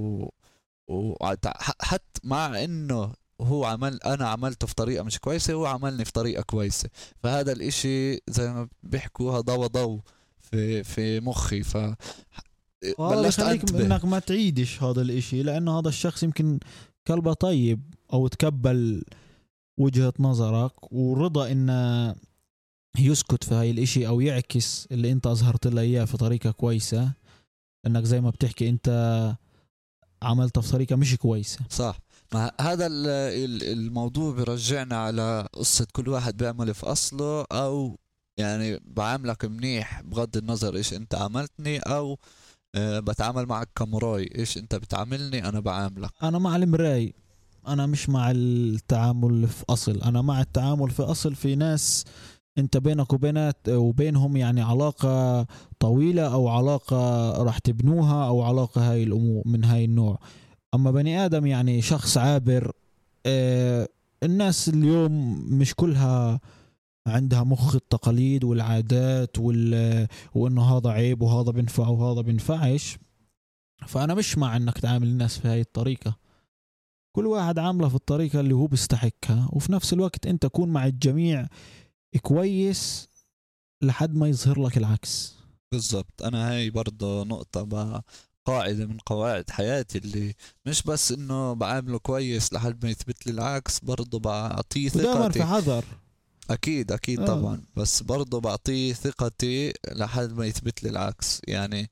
حتى مع إنه أنا عملته في طريقة مش كويسة، هو عملني في طريقة كويسة، فهذا الإشي زي ما بيحكوها ضوى في مخي. بلشت أنتبه إنك ما تعيدش هذا الإشي، لأنه هذا الشخص يمكن قلبه طيب أو تقبل وجهة نظرك ورضى إنه يسكت في هاي الإشي أو يعكس اللي أنت أظهرت له إياه في طريقة كويسة، إنك زي ما بتحكي أنت عملته في طريقة مش كويسة. صح. ما هذا الموضوع برجعنا على قصة كل واحد بيعمل في أصله، أو يعني بعاملك منيح بغض النظر إيش أنت عملتني، أو بتعامل معك كمراي، إيش أنت بتعاملني أنا بعاملك. أنا مع المراي، أنا مش مع التعامل في أصل. أنا مع التعامل في أصل في ناس أنت بينك وبينهم يعني علاقة طويلة أو علاقة راح تبنوها أو علاقة هاي الأمور من هاي النوع. أما بني آدم يعني شخص عابر، الناس اليوم مش كلها عندها مخ التقاليد والعادات وإنه هذا عيب وهذا بينفع وهذا بينفعش. فأنا مش مع إنك تعامل الناس في هاي الطريقة. كل واحد عامله في الطريقة اللي هو بيستحقها، وفي نفس الوقت أنت كون مع الجميع كويس لحد ما يظهر لك العكس. بالضبط. أنا هاي برضه نقطة قاعدة من قواعد حياتي، اللي مش بس إنه بعامله كويس لحد ما يثبت لي العكس، برضه بعطيه ودائما في ثقتي. حذر. أكيد أكيد طبعا، بس برضه بعطيه ثقتي لحد ما يثبت لي العكس. يعني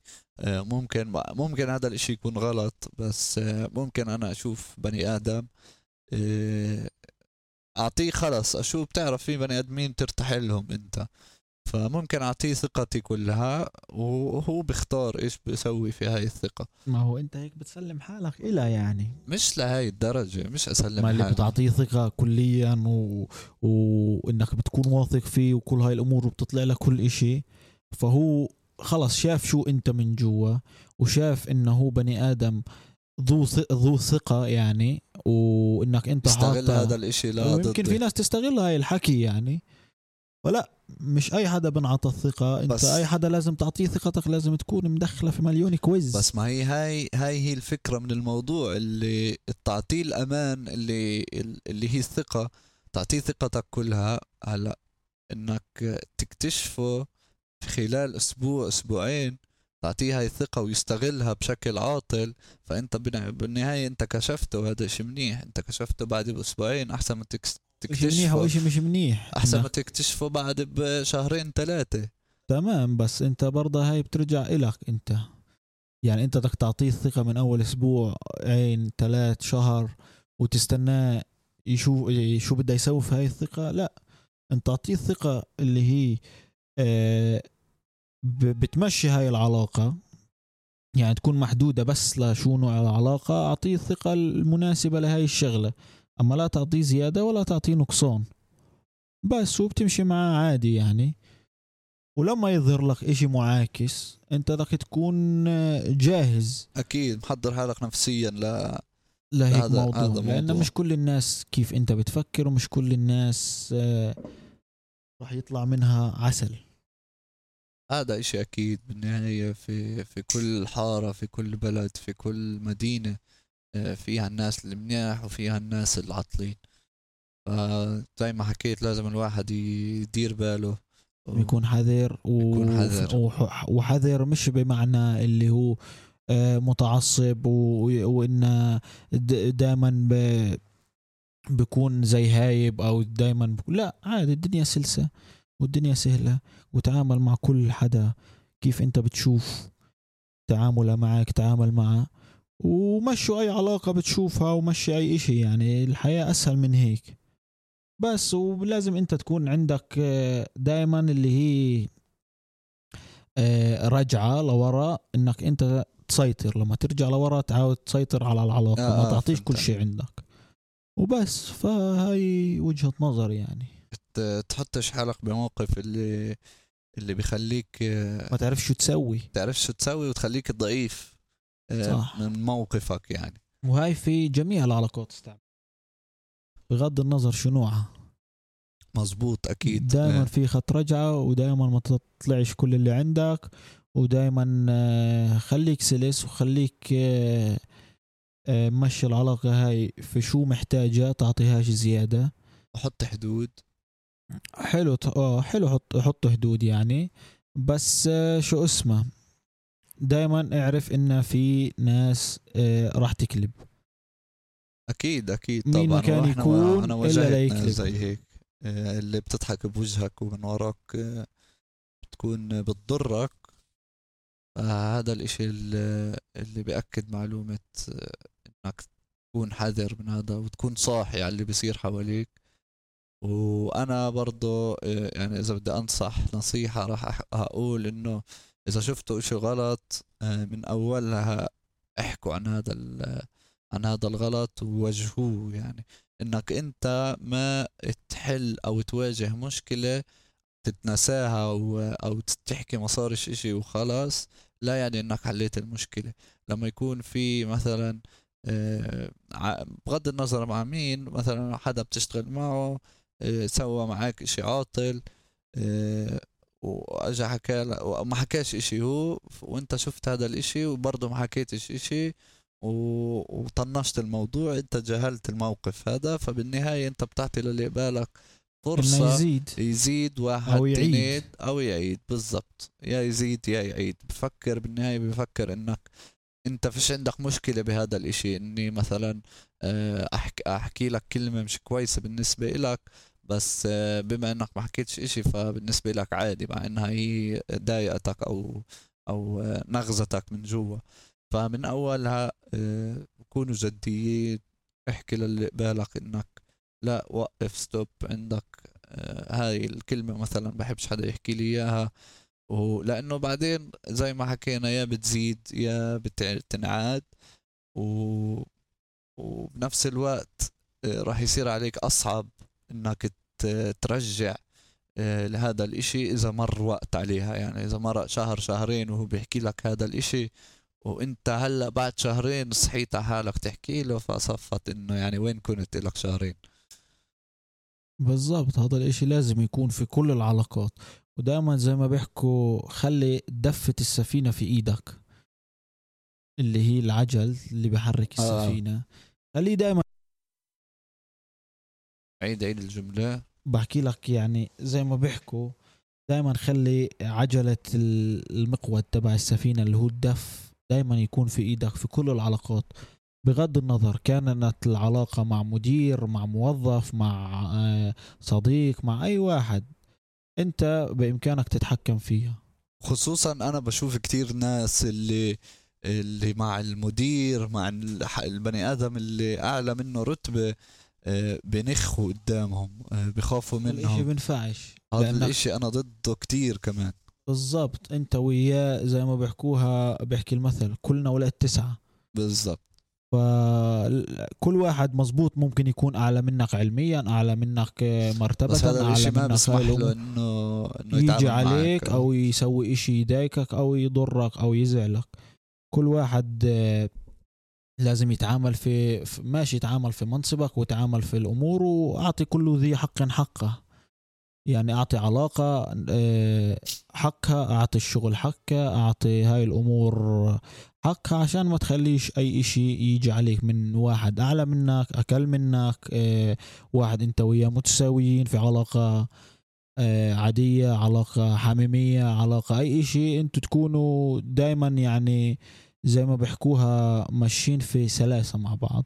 ممكن هذا الاشي يكون غلط، بس ممكن أنا أشوف بني آدم، آه، أعطيه خلص، أشوف بتعرف في بني آدمين ترتاح لهم أنت، فممكن أعطيه ثقتي كلها وهو بيختار إيش بيسوي في هاي الثقة. ما هو أنت هيك بتسلم حالك إلها يعني. مش لهاي الدرجة، مش أسلم ما اللي حالي. بتعطيه ثقة كليا وإنك بتكون واثق فيه وكل هاي الأمور وبتطلع لك كل إشي، فهو خلص شاف شو أنت من جوا، وشاف إنه هو بني آدم ذو ثقة يعني، وإنك أنت استغل حاطه. هذا الاشي لا يمكن في ضدي. ناس تستغل هاي الحكي يعني. ولا مش أي حدا بنعطى الثقة. أنت أي بس حدا لازم تعطيه ثقتك، لازم تكون مدخلة في مليون كويز. بس ما هي الفكرة من الموضوع، اللي تعطيه الأمان، اللي هي الثقة، تعطيه ثقتك كلها. هلا إنك تكتشفه في خلال أسبوع أسبوعين، تعطيه هاي الثقة ويستغلها بشكل عاطل، فأنت بالنهاية أنت كشفته، هذا شيء منيح. أنت كشفته بعد بأسبوعين، أحسن ما إشي منيح تكتشفه، وإشي مش منيح. أحسن ما تكتشفه بعد بشهرين ثلاثة. تمام، بس انت برضه هاي بترجع إلك انت. يعني انت بدك تعطيه الثقة من اول اسبوع، عين، 3 شهر، وتستناه يشوف شو بده يسوي في هاي الثقة؟ لا، انت تعطيه الثقة اللي هي آه، بتمشي هاي العلاقة، يعني تكون محدودة بس لشو نوع العلاقة. اعطيه الثقة المناسبة لهاي الشغلة، اما لا تعطيه زيادة ولا تعطيه نقصان، بس وبتمشي معاه عادي يعني. ولما يظهر لك اشي معاكس، انت بدك تكون جاهز. أكيد محضر حالك نفسيا لهيك هذا موضوع، لأن موضوع. مش كل الناس كيف انت بتفكر، ومش كل الناس راح يطلع منها عسل. هذا إشي أكيد بالنهاية، في كل حارة، في كل بلد، في كل مدينة، فيها الناس المنيح وفيها الناس العطلين. فزي ما حكيت لازم الواحد يدير باله يكون حذر ويكون حذر. وحذر مش بمعنى اللي هو متعصب وإنه دائما بكون زي هايب، أو دائما لا، عادي، الدنيا سلسة والدنيا سهلة، وتعامل مع كل حدا كيف انت بتشوف تعامله معك، تعامل معه، ومشوا اي علاقة بتشوفها، ومشي اي اشي. يعني الحياة اسهل من هيك. بس ولازم انت تكون عندك دائما اللي هي رجعة لورا، انك انت تسيطر. لما ترجع لورا تعاود تسيطر على العلاقة، ما تعطيش كل شيء عندك وبس. فهاي وجهة نظر يعني. تحطش حالك بموقف اللي بيخليك ما تعرفش شو تسوي. تعرفش شو تسوي، وتخليك ضعيف صح. من موقفك يعني. وهاي في جميع العلاقات تستعمل، بغض النظر شو نوعها. مزبوط أكيد. دائما في خط رجعة، ودائما ما تطلعش كل اللي عندك، ودائما خليك سلس، وخليك مشي العلاقة هاي في شو محتاجة، تعطيهاش زيادة. حط حدود. حلو حلو، حط حدود يعني. بس شو اسمه، دائما اعرف ان في ناس راح تكلب. أكيد أكيد مين ما طبعا. كان وإحنا يكون أنا الا لا واجهت ناس يكلب. زي هيك، اللي بتضحك بوجهك ومن وراك بتكون بتضرك. هذا الاشي اللي بيأكد معلومة انك تكون حذر من هذا، وتكون صاحي على اللي بيصير حواليك. وانا برضو يعني اذا بدي انصح نصيحة، راح اقول انه اذا شفتوا اشي غلط من اولها احكوا عن هذا الغلط ووجهوه. يعني انك انت ما تحل او تواجه مشكلة تتنساها او تحكي ما صارش اشي وخلاص، لا يعني انك حليت المشكلة. لما يكون في مثلا بغض النظر مع مين، مثلا حدا بتشتغل معه سوى معك اشي عاطل، واجا حكى وما حكاش اشي هو، وانت شفت هذا الاشي وبرضه ما حكيتش اشي، وطنشت الموضوع، انت جهلت الموقف هذا، فبالنهاية انت بتعطي للي قبالك فرصة يزيد واحد أو تنين او يعيد. بالضبط، يا يزيد يا يعيد. بفكر بالنهاية، بفكر انك انت فيش عندك مشكلة بهذا الاشي، اني مثلا احكي لك كلمة مش كويسة بالنسبة لك، بس بما انك ما حكيتش اشي فبالنسبة لك عادي، مع انها هي ضايقتك او نغزتك من جوا. فمن اولها كونوا جديين، احكي للي قبالك انك لا، وقف، ستوب عندك. هاي الكلمة مثلا بحبش حدا يحكي لي اياها، ولانه بعدين زي ما حكينا يا بتزيد يا بتنعاد، و... وبنفس الوقت راح يصير عليك اصعب انك ترجع لهذا الاشي اذا مر وقت عليها. يعني اذا مر شهر شهرين وهو بيحكي لك هذا الاشي، وانت هلا بعد شهرين صحيت على حالك تحكي له، فصفت انه يعني وين كنت لك شهرين. بالضبط، هذا الاشي لازم يكون في كل العلاقات. ودائما زي ما بيحكوا خلي دفة السفينة في ايدك، اللي هي العجل اللي بيحرك السفينة. خليه دائما. عيد الجملة. بحكي لك يعني زي ما بيحكوا دائما خلي عجلة المقود تبع السفينة اللي هو الدف دائما يكون في ايدك في كل العلاقات، بغض النظر كانت العلاقة مع مدير، مع موظف، مع صديق، مع اي واحد انت بامكانك تتحكم فيها. خصوصا انا بشوف كتير ناس اللي مع المدير، مع البني ادم اللي اعلى منه رتبة، بنخوا قدامهم، بخافوا منهم. الاشي بنفعش، هذا الاشي انا ضده كتير كمان. بالضبط، انت وياه زي ما بيحكوها، بيحكي المثل كلنا ولاد 9. بالضبط. فكل واحد مزبوط ممكن يكون اعلى منك علميا، اعلى منك مرتبة، بس هذا الاشي اعلى ما منك بسمح له انه يجي عليك او يسوي اشي يضايقك او يضرك او يزعلك. كل واحد لازم يتعامل في ماشي، يتعامل في منصبك ويتعامل في الامور، واعطي كل ذي حق حقه. يعني اعطي علاقة حقها، اعطي الشغل حقها، اعطي هاي الامور حقها، عشان ما تخليش اي اشي يجي عليك من واحد اعلى منك، اقل منك، واحد انت وياه متساويين في علاقة عادية، علاقة حميمية، علاقة اي اشي، انتوا تكونوا دايما يعني زي ما بيحكوها ماشيين في سلاسة مع بعض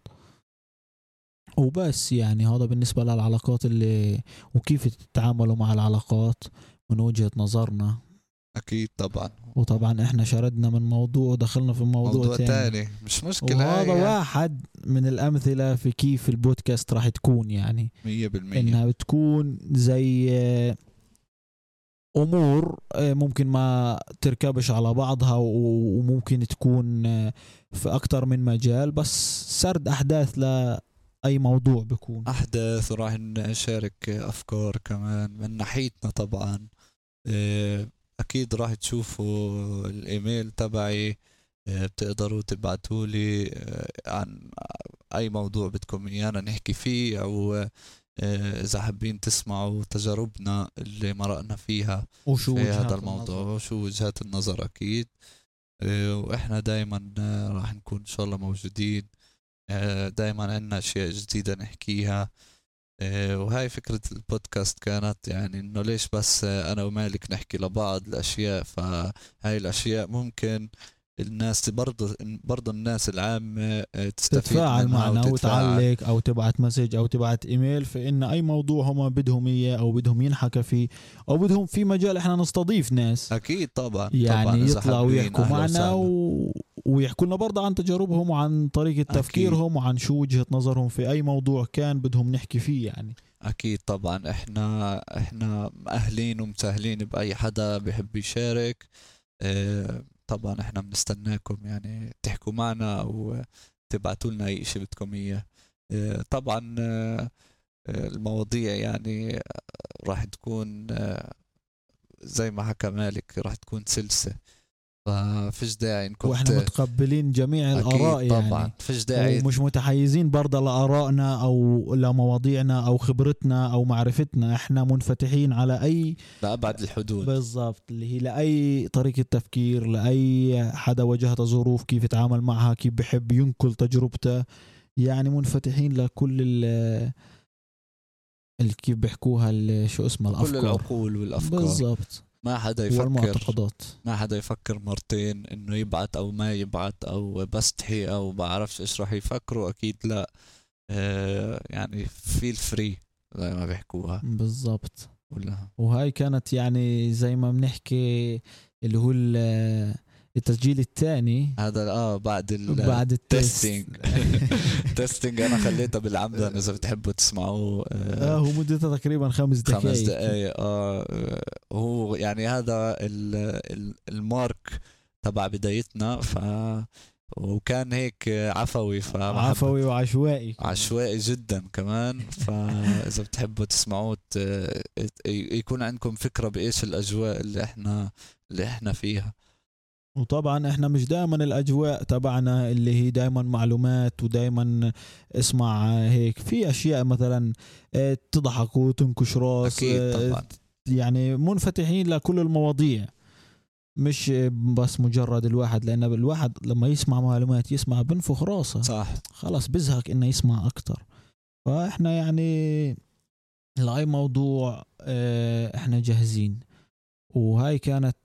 وبس. يعني هذا بالنسبة للعلاقات اللي وكيف تتعاملوا مع العلاقات من وجهة نظرنا. أكيد طبعا. وطبعا احنا شردنا من موضوع ودخلنا في موضوع تاني، مش مشكلة. وهذا واحد من الأمثلة في كيف البودكاست راح تكون يعني 100%، إنها بتكون زي أمور ممكن ما تركبش على بعضها، وممكن تكون في أكتر من مجال، بس سرد أحداث أي موضوع بيكون أحداث، وراح نشارك أفكار كمان من ناحيتنا طبعا. أكيد راح تشوفوا الإيميل تبعي، بتقدروا تبعتوا لي عن أي موضوع بدكم إيانا نحكي فيه، أو إذا حابين تسمعوا تجاربنا اللي مرقنا فيها وشو في هذا الموضوع وشو وجهات النظر. أكيد. وإحنا دايما راح نكون إن شاء الله موجودين. دايما عنا أشياء جديدة نحكيها. وهاي فكرة البودكاست كانت، يعني إنه ليش بس أنا ومالك نحكي لبعض الأشياء، فهاي الأشياء ممكن الناس برضو الناس العامة تستفيد تتفاعل معنا وتتفاعل، وتعلق أو تبعت مسج أو تبعت إيميل في إن أي موضوع هم بدهم إياه أو بدهم ينحكى فيه أو بدهم في مجال إحنا نستضيف ناس. أكيد طبعا. يعني طبعا يطلعوا ويحكوا معنا ويحكوا لنا برضه عن تجاربهم وعن طريقة تفكيرهم وعن شو وجهة نظرهم في أي موضوع كان بدهم نحكي فيه يعني. أكيد طبعا. إحنا مأهلين ومسهلين بأي حدا بيحب يشارك. طبعا إحنا بنستناكم، يعني تحكوا معنا أو تبعتوا لنا أي شيء بدكم إياه. طبعا المواضيع يعني راح تكون زي ما حكى مالك، راح تكون سلسة. ففيش داعي نكون واحنا متقبلين جميع الآراء طبعا يعني فيش داعي ومش متحيزين برضه لآرائنا أو لمواضيعنا أو خبرتنا أو معرفتنا. احنا منفتحين على أي لأبعد الحدود بالضبط اللي هي لأي طريقة تفكير، لأي حدا واجهته ظروف كيف يتعامل معها، كيف بحب ينقل تجربته. يعني منفتحين لكل اللي كيف بيحكوها شو اسمه الأفكار، كل العقول والأفكار بالضبط. ما حدا يفكر والمعتقدات ما حدا يفكر مرتين انه يبعت او ما يبعت او بستحي او بعرفش ايش راح يفكروا. اكيد لا. يعني فيل فري زي ما بيحكوها بالضبط. ولا وهاي كانت يعني زي ما بنحكي اللي هو التسجيل الثاني هذا بعد التستينج. التستينج انا خليته بالعمدة اذا بتحبوا تسمعوه. هو مدته تقريبا 5 دقائق. هو يعني هذا المارك تبع بدايتنا. وكان هيك عفوي عفوي وعشوائي عشوائي جدا كمان. فاذا بتحبوا تسمعوه يكون عندكم فكرة بايش الاجواء اللي احنا فيها. وطبعا احنا مش دائما الاجواء تبعنا اللي هي دائما معلومات ودائما اسمع هيك. في اشياء مثلا تضحك وتنكش راس اكيد طبعا. يعني منفتحين لكل المواضيع، مش بس مجرد الواحد، لان الواحد لما يسمع معلومات يسمع بنفخ راسه صح، خلاص بزهق انه يسمع اكتر. فاحنا يعني لاي موضوع احنا جاهزين. وهاي كانت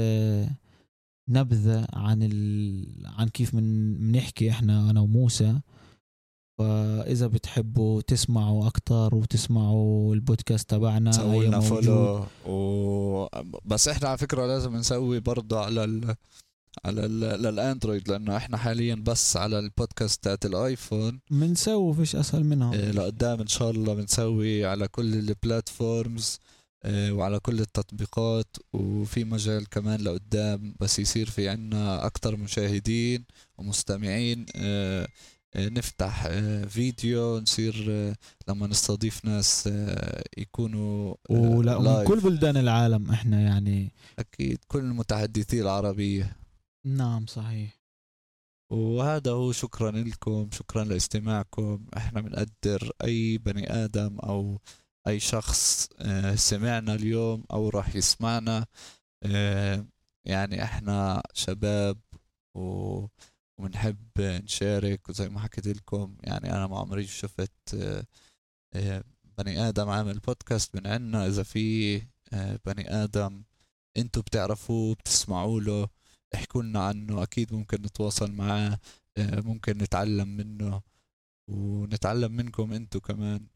نبذة عن كيف بنحكي احنا انا وموسى. فاذا بتحبوا تسمعوا اكتر وتسمعوا البودكاست تبعنا سووا لنا فولو بس احنا على فكرة لازم نسوي برضه على الاندرويد، لانه احنا حاليا بس على البودكاستات الايفون بنسوي فيش اسهل منها. لقدام ان شاء الله بنسوي على كل البلاتفورمز وعلى كل التطبيقات. وفي مجال كمان لقدام بس يصير في عنا اكتر مشاهدين ومستمعين نفتح فيديو نصير لما نستضيف ناس يكونوا ولا من كل بلدان العالم احنا يعني اكيد كل المتحدثي العربية. نعم صحيح. وهذا هو. شكرا لكم، شكرا لاستماعكم. احنا بنقدر اي بني ادم او اي شخص سمعنا اليوم او راح يسمعنا. يعني احنا شباب وبنحب نشارك. وزي ما حكيت لكم يعني انا ما عمري شفت بني ادم عامل بودكاست من عنا. اذا في بني ادم انتوا بتعرفوه بتسمعوا له احكوا لنا عنه، اكيد ممكن نتواصل معاه، ممكن نتعلم منه ونتعلم منكم انتوا كمان.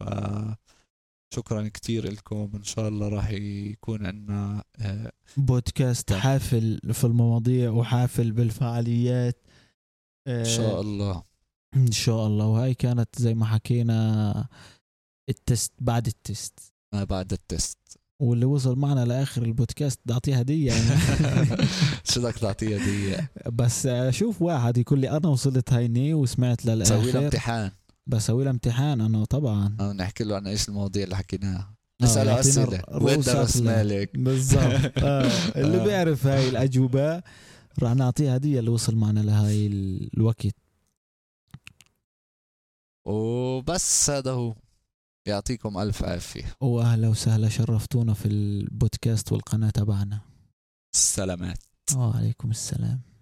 شكرا كتير لكم. ان شاء الله راح يكون عندنا بودكاست حافل في المواضيع وحافل بالفعاليات ان شاء الله ان شاء الله. وهاي كانت زي ما حكينا التست بعد التست ما بعد التست. واللي وصل معنا لاخر البودكاست نعطيه هديه يعني. شو بدك تعطيه هديه؟ بس اشوف واحد يقول لي انا وصلت هيني وسمعت للاخر، سوي له امتحان. بسوي له امتحان انا طبعا. نحكي له عن ايش المواضيع اللي حكيناها، نسأله أسئلة وين درس مالك بالضبط. اللي بيعرف هاي الأجوبة راح نعطيه هدية اللي وصل معنا لهاي الوقت. وبس هذا هو. يعطيكم ألف عافية وأهلا وسهلا، شرفتونا في البودكاست والقناة تبعنا. السلامات. وعليكم السلام.